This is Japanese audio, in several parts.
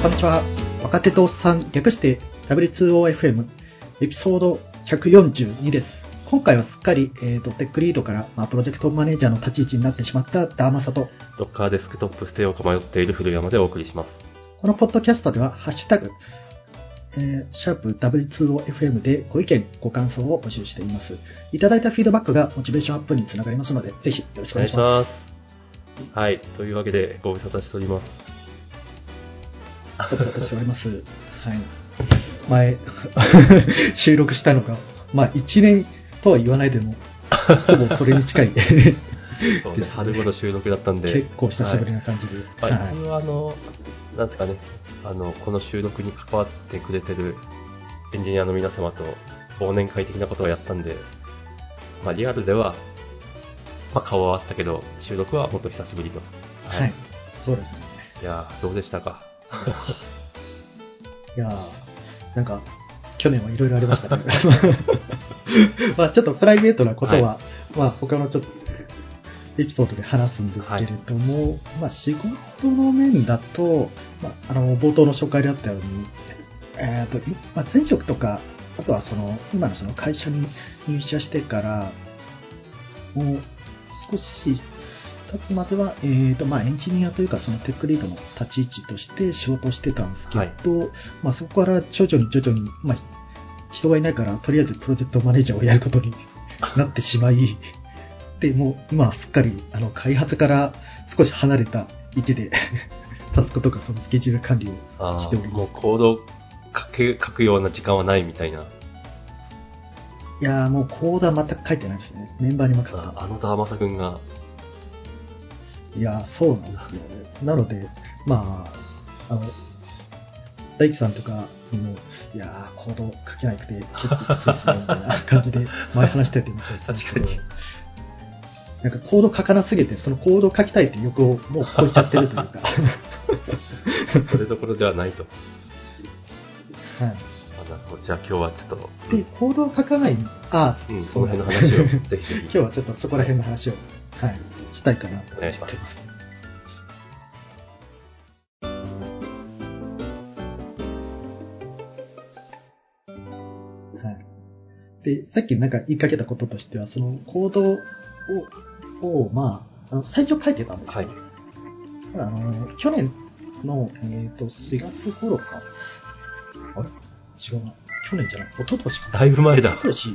こんにちは。若手とおっさん、略して W2OFM エピソード142です。今回はすっかり、テックリードから、プロジェクトマネージャーの立ち位置になってしまったダーマサと、 ドッカーデスクトップ捨てようか迷っている古山でお送りします。 このポッドキャストでは、ハッシュタグ、シャープ W2OFM でご意見、ご感想を募集しています。いただいたフィードバックがモチベーションアップにつながりますので、ぜひよろしくお願いします。 はい。というわけで、ご無沙汰しております。 ご無沙汰しております。はい。前、収録したのが、1年とは言わないでも、ほぼそれに近いそうですね。春頃収録だったんで。 結構久しぶりな感じで。 はい。一応なんですかね、この収録に関わってくれてるエンジニアの皆様と忘年会的なことをやったんで、リアルでは、顔を合わせたけど、収録はもっと久しぶりと。 はい。そうですね。 いやー、どうでしたか？ いやー、なんか、去年はいろいろありましたね。ちょっとプライベートなことは、他のちょっとエピソードで話すんですけれども、仕事の面だと、冒頭の紹介であったように、前職とか、あとは今の会社に入社してから、もう少し経つまでは、エンジニアというか、テックリードの立ち位置として仕事をしてたんですけど、そこから徐々に、人がいないから、とりあえずプロジェクトマネージャーをやることになってしまい、で、もう今はすっかり開発から少し離れた位置でタスクとかそのスケジュール管理をしております。 もうコード書くような時間はないみたいな。 いやー、もうコードは全く書いてないですね。メンバーに任せてます。 ダーマサ君が。 いやー、そうなんですよね。なので、大輝さんとかにも、いやー、コード書けなくて結構きついですね、みたいな感じで前話しててみたいですけど、なんかコード書かなすぎて、そのコード書きたいっていう欲をもう超えちゃってるというか。 それどころではないと。 はい。 じゃあ今日はちょっと。 で、コードを書かない、 その辺の話をぜひぜひ。 今日はちょっとそこら辺の話を、したいかなと思ってます。 お願いします。 で、さっきなんか言いかけたこととしては、そのコードを最初書いてたんですよ。去年の、4月頃か。あれ違うな。去年じゃない。一昨年か。 だいぶ前だ。 一昨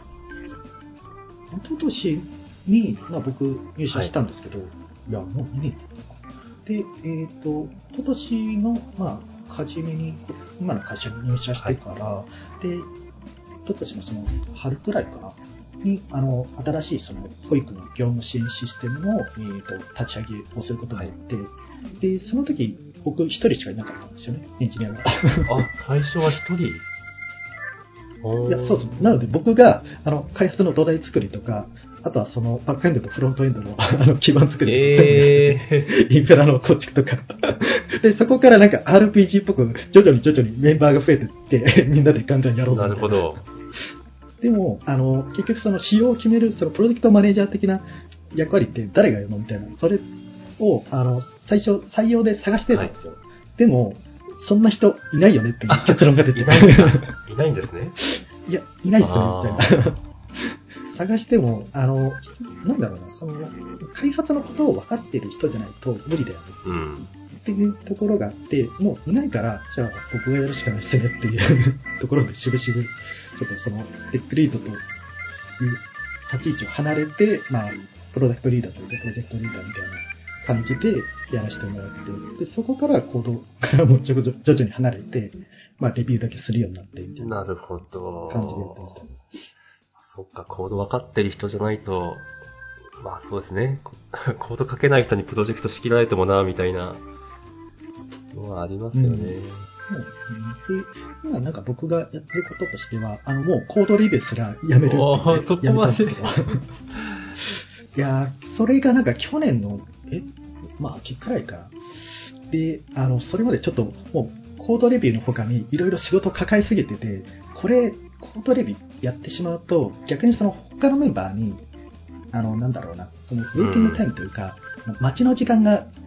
年に、僕入社したんですけど、いや、もう2年ですか。で、一昨年の、初めに、今の会社に入社してから、で、一昨年のその春くらいかなに新しいその保育の業務支援システムの、立ち上げをすることになって、でその時僕一人しかいなかったんですよね、エンジニアが。 最初は一人。 いや、そうです。なので僕が開発の土台作りとか、あとはそのバックエンドとフロントエンドの基盤作りとか全部やってて、インフラの構築とかで、そこからなんか RPG っぽく徐々にメンバーが増えていってみんなでガンガンやろうぜみたいな。 なるほど。 でも結局その仕様を決めるそのプロジェクトマネージャー的な役割って誰がやるのみたいな、それを最初採用で探してたんですよ。でもそんな人いないよねっていう結論が出ていないんですね。 いや、いないっすねみたいな。探してもなんだろうな、その開発のことを分かっている人じゃないと無理だよね、っていうところがあって、もういないからじゃあ僕がやるしかないっすねっていうところでしぶしぶちょっとそのテックリードという立ち位置を離れて、プロダクトリーダーというかプロジェクトリーダーみたいな感じでやらせてもらって、でそこからコードからも徐々に離れて、レビューだけするようになってみたいな感じでやってました。 そっか、コード分かってる人じゃないと、そうですね。コード書けない人にプロジェクト仕切られてもな、みたいなのはありますよね。 そうですね。で、今なんか僕がやってることとしては、もうコードレビューすらやめるってやめたんですけど。いやー、それがなんか去年の、秋くらいかな。で、それまでちょっともうコードレビューの他にいろいろ仕事を抱えすぎてて、これ、コードレビューやってしまうと、逆にその他のメンバーに、なんだろうな、そのウェイティングタイムというか、待ちの時間が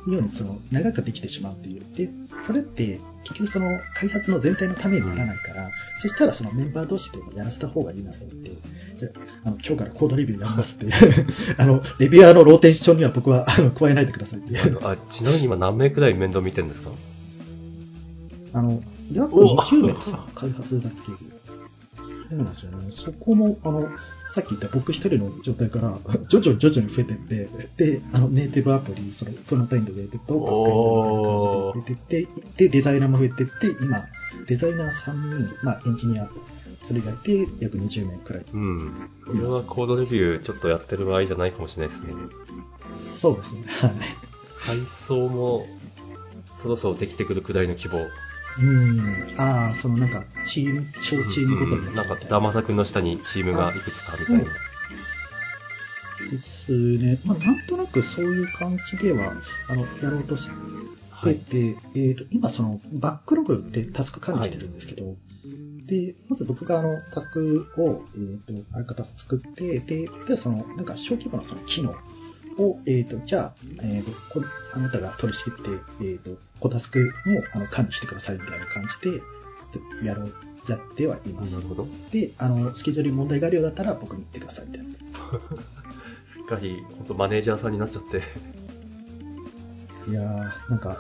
ように長くできてしまうっていう。で、それって結局開発の全体のためにならないから、そしたらメンバー同士でもやらせた方がいいなと思って、今日からコードレビューやりますって、レビュアーのローテーションには僕は加えないでくださいって。 ちなみに今何名くらい面倒見てるんですか？ 約20名ですよ、開発だけで。そうなんですよね。そこも、さっき言った僕一人の状態から、徐々に増えていって、で、ネイティブアプリ、フロントエンドウェブとバックエンドみたいな感じで増えていって、で、デザイナーも増えていって、今、デザイナー3人、エンジニア、それがいて、約20名くらい。 うん。それはコードレビューちょっとやってる場合じゃないかもしれないですね。 そうですね。はい。 階層も、そろそろできてくるくらいの規模。 小チームごとに。 なんか、ダマサ君の下にチームがいくつかみたいな。 ですね。なんとなくそういう感じでは、やろうとしてて、今バックログでタスク管理してるんですけど、で、まず僕がタスクを、ある方作って、で、小規模な機能を、じゃあ、あなたが取り仕切って、コタスクも管理してくださいみたいな感じで、やってはいます。 なるほど。 で、スケジュールに問題があるようだったら僕に言ってくださいみたいな。 すっかり、本当マネージャーさんになっちゃって。 いやー、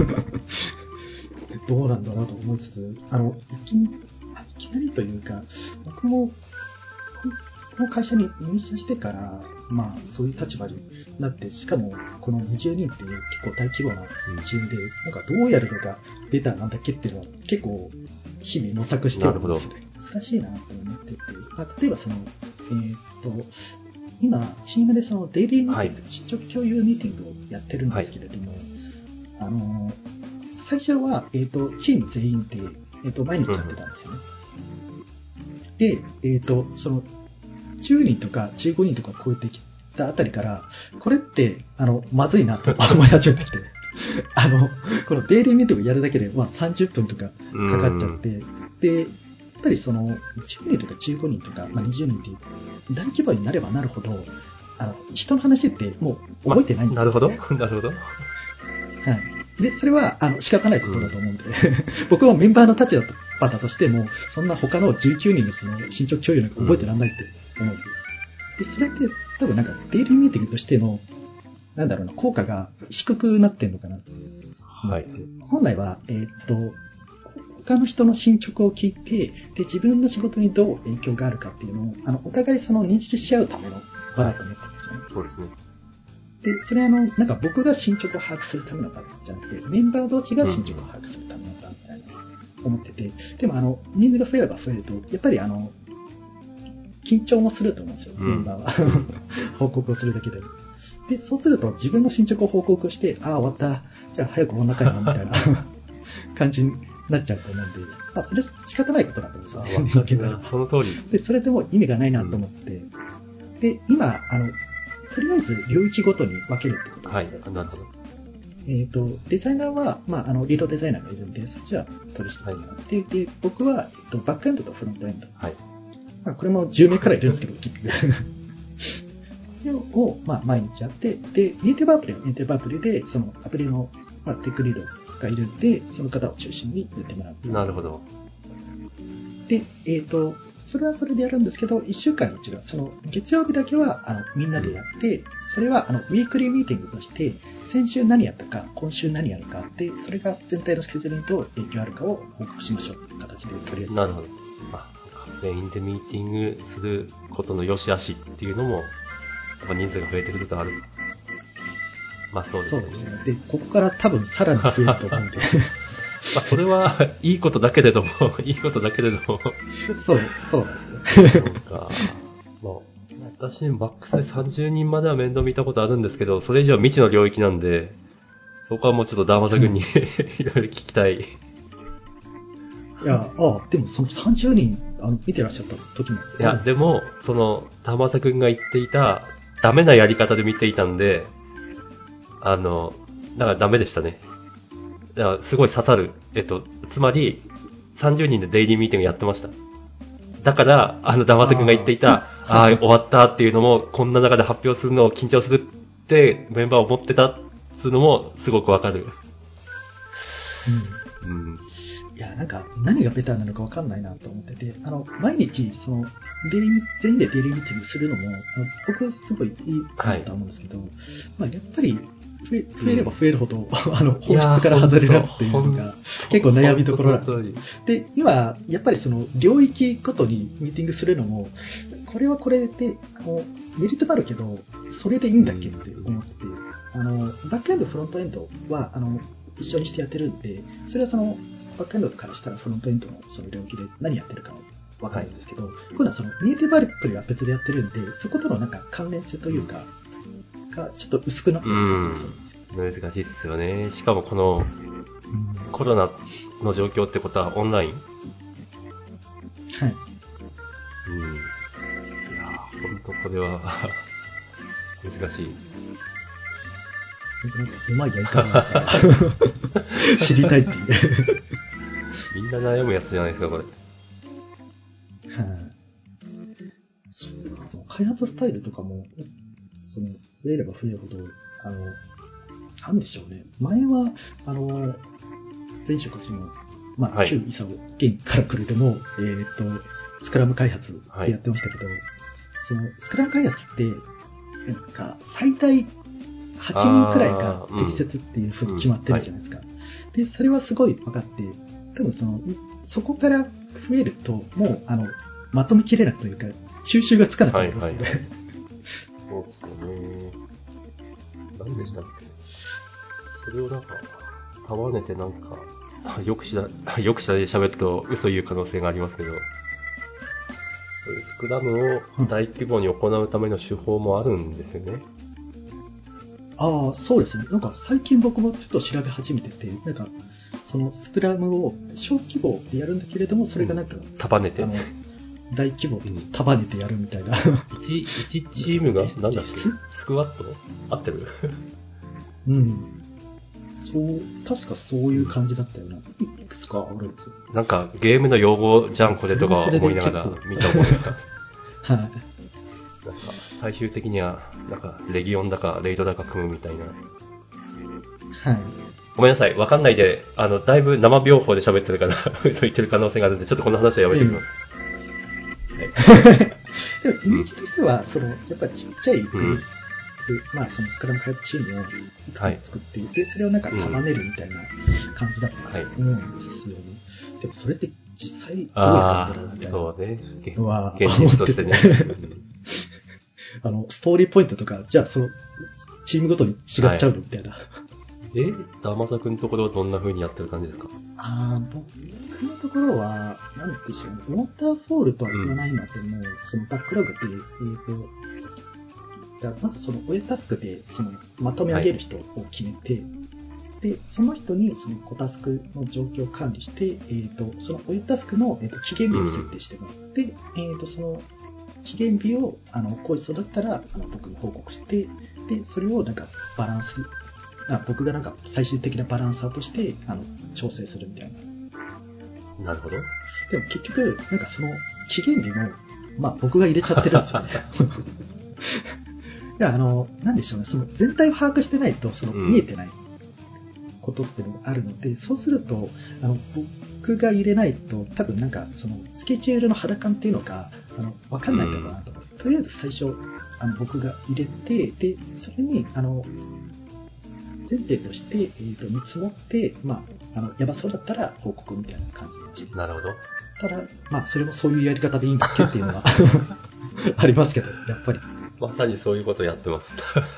どうなんだろうと思いつつ、いきなりというか、僕も、この会社に入社してから、そういう立場になって、しかも、この20人っていう結構大規模なチームで、どうやるのがベターなんだっけっていうのは、結構、日々模索してるんですね。難しいなと思ってて、例えば今、チームでデイリーミーティング、進捗共有ミーティングをやってるんですけれども、最初は、チーム全員で、毎日やってたんですよね。で、10人とか15人とか超えてきたあたりから、これって、まずいなと思い始めてきて、このデイリーミーティングやるだけで、30分とかかかっちゃって、で、やっぱり10人とか15人とか、20人って大規模になればなるほど、人の話ってもう覚えてないんですよ、ね。 なるほど。なるほど。はい。 で、それは、仕方ないことだと思うんで、僕はメンバーの立場だとしても、そんな他の19人の進捗共有なんか覚えてらんないって思うんですよ。で、それって多分デイリーミーティングとしての、効果が低くなってるのかなと。 はい。 本来は、他の人の進捗を聞いて、で、自分の仕事にどう影響があるかっていうのを、お互い認識し合うための場だと思ってるんですよね。 そうですね。 で、それは僕が進捗を把握するための場じゃなくて、メンバー同士が進捗を把握するための場みたいな思ってて、でも人数が増えれば増えると、やっぱり緊張もすると思うんですよ、メンバーは。報告をするだけでも。で、そうすると自分の進捗を報告して、終わった。じゃあ早く終わんなかったな、みたいな感じになっちゃうと思うんで、それ仕方ないことだと思うんですよね。 その通り。 で、それでも意味がないなと思って、で、今、とりあえず領域ごとに分けるってことをやってます。 なるほど。デザイナーは、リードデザイナーがいるんで、そっちは取りしてもらって、で、僕は、バックエンドとフロントエンド。 はい。 これも10名くらいいるんですけど、結局。を、毎日やって、で、ネイティブアプリはネイティブアプリで、アプリの、テックリードがいるんで、その方を中心にやってもらう。 なるほど。 で、それはそれでやるんですけど、1週間に一度、月曜日だけは、みんなでやって、それは、ウィークリーミーティングとして、先週何やったか、今週何やるかって、それが全体のスケジュールにどう影響あるかを報告しましょうという形で取り上げて。 なるほど。そうか。全員でミーティングすることの良し悪しっていうのも、やっぱ人数が増えてくるとある。そうですね。 そうですね。で、ここから多分さらに増えると思うんで。 それはいいことだけれども、いいことだけれども。 そうですね。 そうか。私、マックスで30人までは面倒見たことあるんですけど、それ以上は未知の領域なんで、そこはもうちょっとダーマザ君にいろいろ聞きたい。 いや、でもその30人、見てらっしゃった時も。 いや、でも、ダーマザ君が言っていた、ダメなやり方で見ていたんで、ダメでしたね。すごい刺さる。つまり、30人でデイリーミーティングやってました。だから、ダマセ君が言っていた、終わったっていうのも、こんな中で発表するのを緊張するってメンバー思ってたっつうのもすごくわかる。 うん。いや、なんか、何がベターなのかわかんないなと思ってて、毎日、全員でデイリーミーティングするのも、僕すごいいいなと思うんですけど、まあ、やっぱり、増えれば増えるほど、本質から外れるっていうのが、結構悩みどころなんですよ。で、今、やっぱり領域ごとにミーティングするのも、これはこれで、メリットもあるけど、それでいいんだっけって思って、バックエンド、フロントエンドは、一緒にしてやってるんで、それはバックエンドからしたらフロントエンドのその領域で何やってるかわかるんですけど、今度はネイティブアプリは別でやってるんで、そことのなんか関連性というか、がちょっと薄くなってる感じがするんですよ。 難しいっすよね。しかもこの、コロナの状況ってことはオンライン？ はい。 いやー、ほんとこれは難しい。 うまいやり方だから知りたいっていう。 みんな悩むやつじゃないですか、これ。 開発スタイルとかも、増えれば増えるほど、なんでしょうね。前は、前職旧イサオ現から来るでも、スクラム開発でやってましたけど、スクラム開発って、なんか、最大8人くらいが適切っていうふうに決まってるじゃないですか。で、それはすごい分かって、多分そこから増えると、もう、まとめきれなくというか、収集がつかなくなりますよね。 そうっすよね。何でしたっけ？それをなんか、束ねてなんか、よく知らで喋ると嘘言う可能性がありますけど、スクラムを大規模に行うための手法もあるんですよね。 ああ、そうですね。なんか最近僕もちょっと調べ始めてて、なんか、スクラムを小規模でやるんだけれども、それがなんか、 束ねて。 大規模で束ねてやるみたいな。 1チームが、なんだっけ？スクワット？合ってる？ うん。確かそういう感じだったよな。いくつかあるんですよ。 なんかゲームの用語じゃんこれとか思いながら見た覚えが。 はい。 なんか最終的には、なんかレギオンだかレイドだか組むみたいな。 はい。 ごめんなさい。わかんないで、だいぶ生病法で喋ってるから、嘘言ってる可能性があるんで、ちょっとこの話はやめておきます。 でもイメージとしては、やっぱりちっちゃいグループ、スクラム開発チームをいくつも作っていて、それをなんか束ねるみたいな感じだったと思うんですよね。でもそれって実際どうやるんだろうみたいな。 そうね。 現実としてね。 ストーリーポイントとか、じゃあチームごとに違っちゃうのみたいな。 ダマサ君のところはどんな風にやってる感じですか？ 僕のところは、なんでしょうね。ウォーターフォールとは言わないまでも、バックログで、まず親タスクで、まとめ上げる人を決めて、で、その人に小タスクの状況を管理して、その親タスクの、期限日を設定してもらって、その期限日を、こいつだったら、僕に報告して、で、それをなんかバランス、僕がなんか最終的なバランサーとして調整するみたいな。 なるほど。 でも結局なんか期限日も僕が入れちゃってるんですよね。いやなんでしょうね。全体を把握してないと見えてないことっていうのがあるので、そうすると僕が入れないと多分なんかスケジュールの肌感っていうのが分かんないんだろうなと。とりあえず最初僕が入れて、でそれに前提として、見積もって、やばそうだったら報告みたいな感じにしてなるほど。 ただ、それもそういうやり方でいいんだっけっていうのはありますけど、やっぱり。 まさにそういうことをやってます。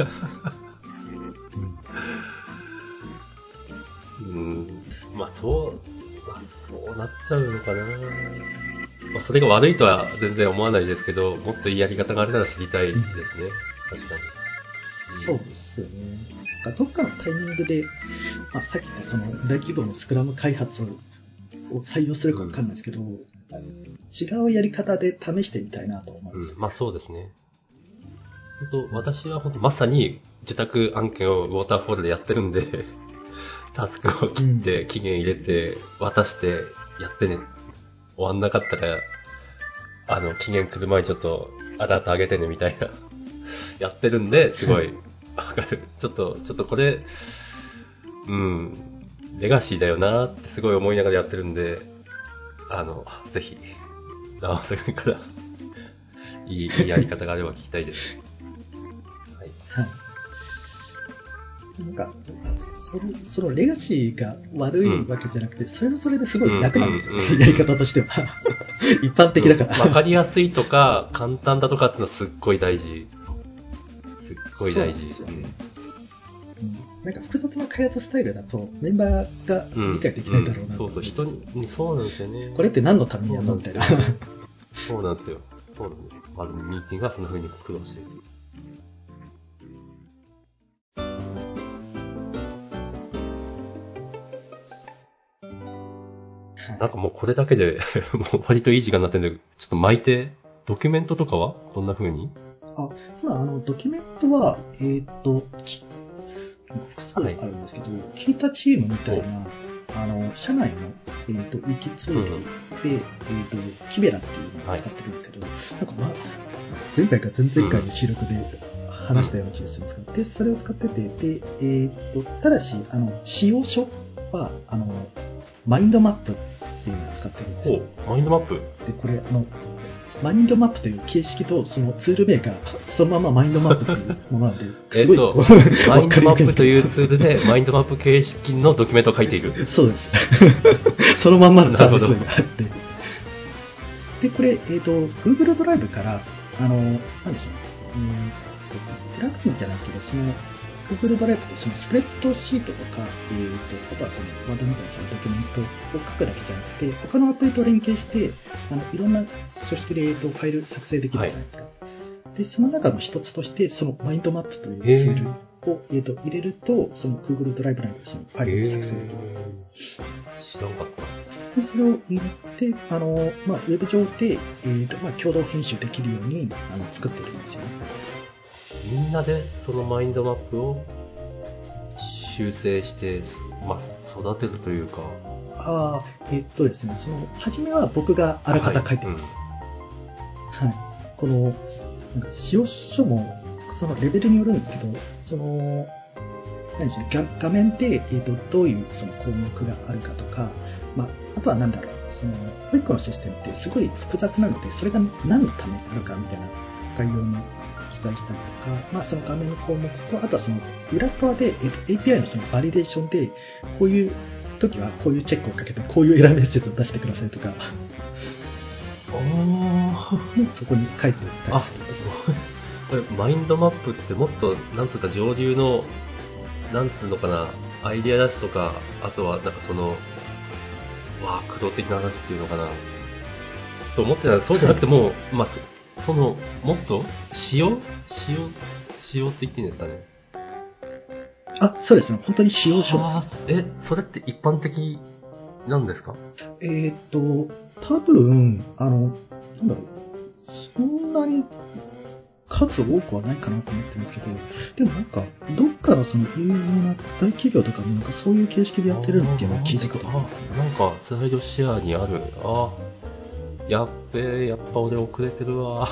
そうなっちゃうのかな。それが悪いとは全然思わないですけど、もっといいやり方があるなら知りたいですね。確かに。 そうですよね。どっかのタイミングで、さっき言った大規模のスクラム開発を採用するかわかんないですけど、違うやり方で試してみたいなと思います。 そうですね。私はまさに受託案件をウォーターフォールでやってるんで、タスクを切って、期限入れて、渡して、やってね。終わんなかったら、期限来る前にちょっとアラート上げてねみたいな、やってるんで、すごい、 わかる。ちょっとこれ、レガシーだよなってすごい思いながらやってるんで、ぜひ、直瀬君からいいやり方があれば聞きたいです。はい。 はい。なんか、そのレガシーが悪いわけじゃなくて、それはそれですごい楽なんですよ、やり方としては。一般的だから。 わかりやすいとか、簡単だとかっていうのはすっごい大事。すっごい大事ですよね。 なんか複雑な開発スタイルだとメンバーが理解できないだろうな、 そう人にそうなんですよね。 これって何のためにやるのみたいな。 そうなんですよ。まずミーティングはそんな風に苦労している。なんかもうこれだけでもう割といい時間になってるんで、ちょっと巻いて、ドキュメントとかはどんな風に？ ドキュメントは、複数あるんですけど、キータチームみたいな、社内の、ウィキツールで、キベラっていうのを使ってるんですけど、なんか前回か前々回の収録で話したような気がするんですけど、で、それを使ってて、で、ただし、使用書は、マインドマップっていうのを使ってるんですよ。 マインドマップ？ で、これ、マインドマップという形式とそのツール名がそのままマインドマップというものなんで、すごいマインドマップというツールでマインドマップ形式のドキュメントを書いている。 そうです。そのまんまのサービスがあって。で、これ、Google ドライブから、なんでしょう、プラグインじゃないけど、その、Google ドライブでそのスプレッドシートとか、あとはその、ワードみたいなそのドキュメントを書くだけじゃなくて、他のアプリと連携して、いろんな組織で、ファイル作成できるじゃないですか。はい、で、その中の一つとして、そのマインドマップというツールを、入れると、その Google ドライブ内でそのファイルを作成できる。 知らなかった。 で、それを入れて、ウェブ上で、共同編集できるように、作ってるんですよね。 みんなでそのマインドマップを修正して、育てるというか。 ですね、初めは僕があらかた書いてます。はい。この、使用書も、そのレベルによるんですけど、何でしょう、画面で、どういうその項目があるかとか、あとはなんだろう、もう一個のシステムってすごい複雑なので、それが何のためにあるかみたいな概要に記載したりとか、その画面の項目と、あとはその裏側で、API のそのバリデーションで、こういう時はこういうチェックをかけて、こういうエラーメッセージを出してくださいとか、そこに書いてあったりすると。 これ、マインドマップってもっと、なんつうか上流の、なんつうのかな、アイデア出しとか、あとはなんかその、ワークド的な話っていうのかな、と思ってたらそうじゃなくても、その、もっと、仕様って言っていいんですかね。 そうですね。本当に使用書です。 それって一般的なんですか？ 多分、なんだろう、そんなに数多くはないかなと思ってるんですけど、でもなんか、どっかのその有名な大企業とかもなんかそういう形式でやってるっていうのを聞いたことあります。 なんかスライドシェアにある。やっべえ、やっぱ俺遅れてるわ。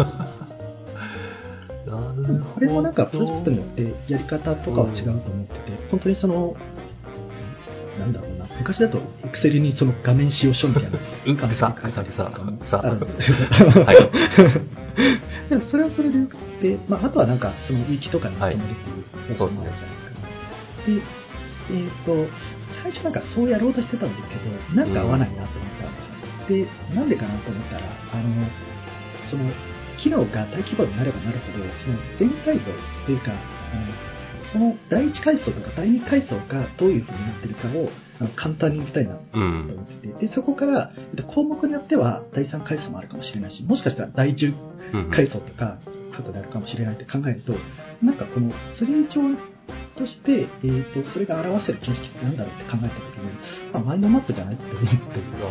これもなんかプロジェクトによってやり方とかは違うと思ってて、本当になんだろうな、昔だと Excel にその画面使用書みたいな感じで書いてあるとかもあるんですけど、はい。でもそれはそれでよくて、あとはなんかそのウィキとかにまとめるっていうやつもあるじゃないですか。で、最初なんかそうやろうとしてたんですけど、なんか合わないなと思ったんですよ。で、なんでかなと思ったら、その機能が大規模になればなるほど、その全体像というか、その第1階層とか第2階層がどういう風になってるかを簡単に見たいなと思ってて、でそこから項目によっては第3階層もあるかもしれないし、もしかしたら第10階層とか深くなるかもしれないって考えると、なんかこのツリー上として、それが表せる形式って何だろうって考えたときに、マインドマップじゃないって思って。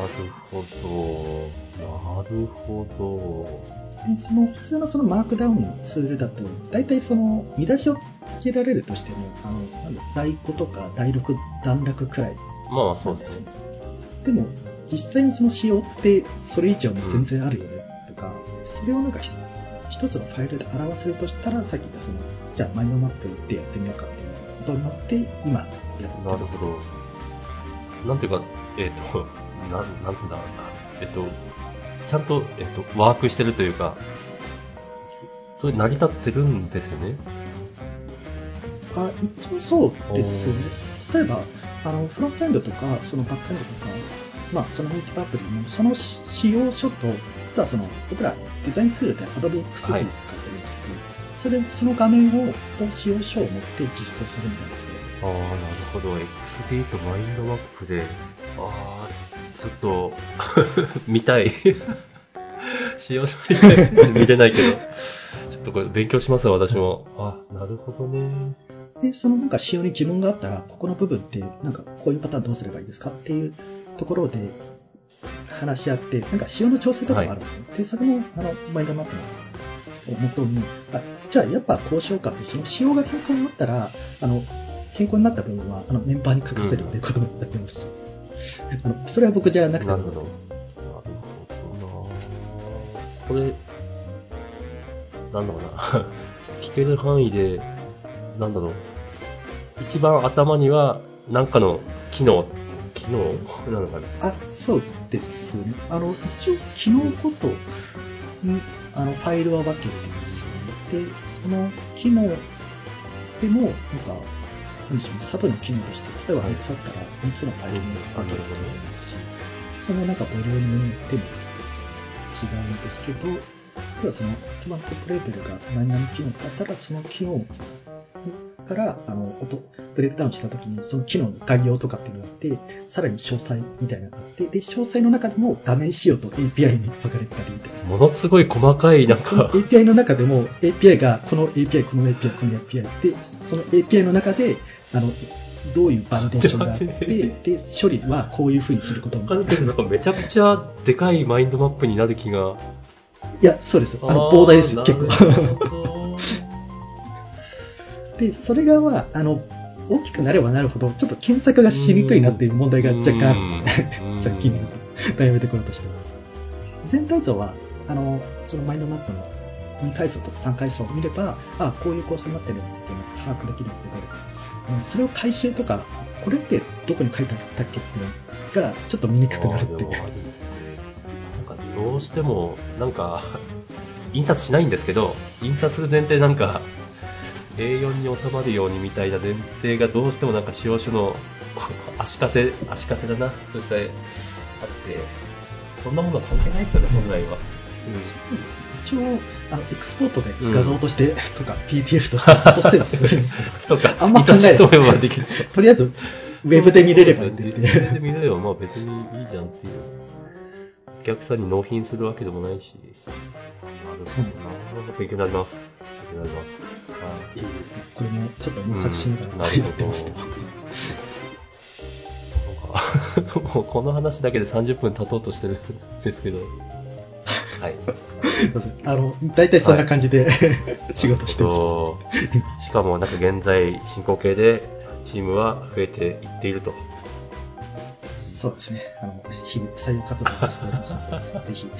なるほど。 で普通のそのマークダウンのツールだと、大体その見出しをつけられるとしても、第5とか第6段落くらいなんですよ。でも実際にその仕様ってそれ以上も全然あるよねとか、それをなんか一つのファイルで表せるとしたら、さっき言ったじゃあマインドマップでやってみようかっていうことになって、今やってます。 なるほど。なんていうか、なんつうんだ、ちゃんと、ワークしてるというか、そういう成り立ってるんですよね。 一応そうですよね。例えば、フロントエンドとか、そのバックエンドとか、そのネイティブアプリも、その仕様書と、実は僕らデザインツールで Adobe XD を使ってるんですけど、その画面と仕様書を持って実装するみたいなことで。 なるほど。XD とマインドマップで、ちょっと、見たい。使用書みたい見れないけど、ちょっとこれ勉強しますよ、私も。なるほどね。 で、仕様に疑問があったら、ここの部分って、こういうパターンどうすればいいですかっていうところで話し合って、仕様の調整とかもあるんですよ。で、それも、マインドマップを元に、じゃあやっぱこうしようかって、その仕様が変更になったら、変更になった部分は、メンバーに書かせるっていうこともやってますし、それは僕じゃなくて。 なるほど。これ、なんだろうな。聞ける範囲で、なんだろう。一番頭には、なんかの機能なのかな。 そうですね。一応、機能ごとに、ファイルは分けてますよね。で、その機能でも、なんでしょうね、サブの機能として、例えば3つあったら3つのファイルに分けることもありますし、そのボリュームによっても違うんですけど、例えばその一番トップレベルが何々機能だったら、その機能からブレイクダウンしたときにその機能の概要とかっていうのがあって、さらに詳細みたいなのがあって、で、詳細の中でも画面仕様と API に分かれたりです。 ものすごい細かいその API の中でも API がこの API、この API、この API で、その API の中でどういうバリデーションがあって、で、処理はこういう風にすることも。 めちゃくちゃでかいマインドマップになる気が。 いや、そうです。膨大です、結構。で、それが大きくなればなるほど、ちょっと検索がしにくいなっていう問題が若干あるんですね。さっきの悩めてころとしては。全体像は、そのマインドマップの2階層とか3階層を見れば、こういう構成になってるっていうのが把握できるんですけど、それを回収とか、これってどこに書いてあったっけっていうのが、ちょっと見にくくなるっていう。 どうしても、印刷しないんですけど、印刷する前提A4 に収まるようにみたいな前提がどうしても使用書の足かせだな、そしてあって、そんなものは関係ないですよね、本来は。 一応、エクスポートで画像として、とか PDF として落とせはするんですけど、 そうか、 あんま考えないです。 できる。 とりあえず、ウェブで見れればいいんで。 ウェブで見れれば、別にいいじゃんっていう。お客さんに納品するわけでもないし。なるほどな。勉強になります。 これもちょっと模索しながらやってますと。もうこの話だけで30分経とうとしてるんですけど。はい。 大体そんな感じで、仕事してます。 しかも現在進行形でチームは増えていっていると。 そうですね。日々採用活動をしておりますので、ぜひ。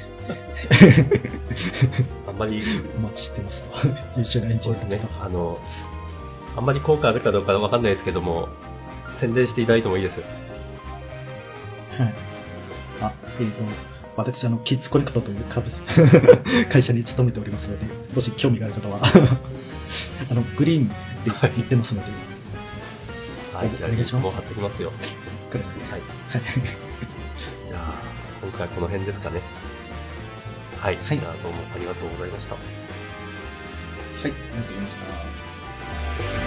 あんまりお待ちしてますと。優秀なエンジニアですね。あんまり効果あるかどうかわかんないですけども、宣伝していただいてもいいですよ。 はい。私、キッズコネクトという会社に勤めておりますので、もし興味がある方は、グリーンで言ってますので、 はい、じゃあ、リンクも貼ってきますよ。 これですね。 はい。じゃあ、今回この辺ですかね。はい。じゃあ、どうもありがとうございました。 はい、ありがとうございました。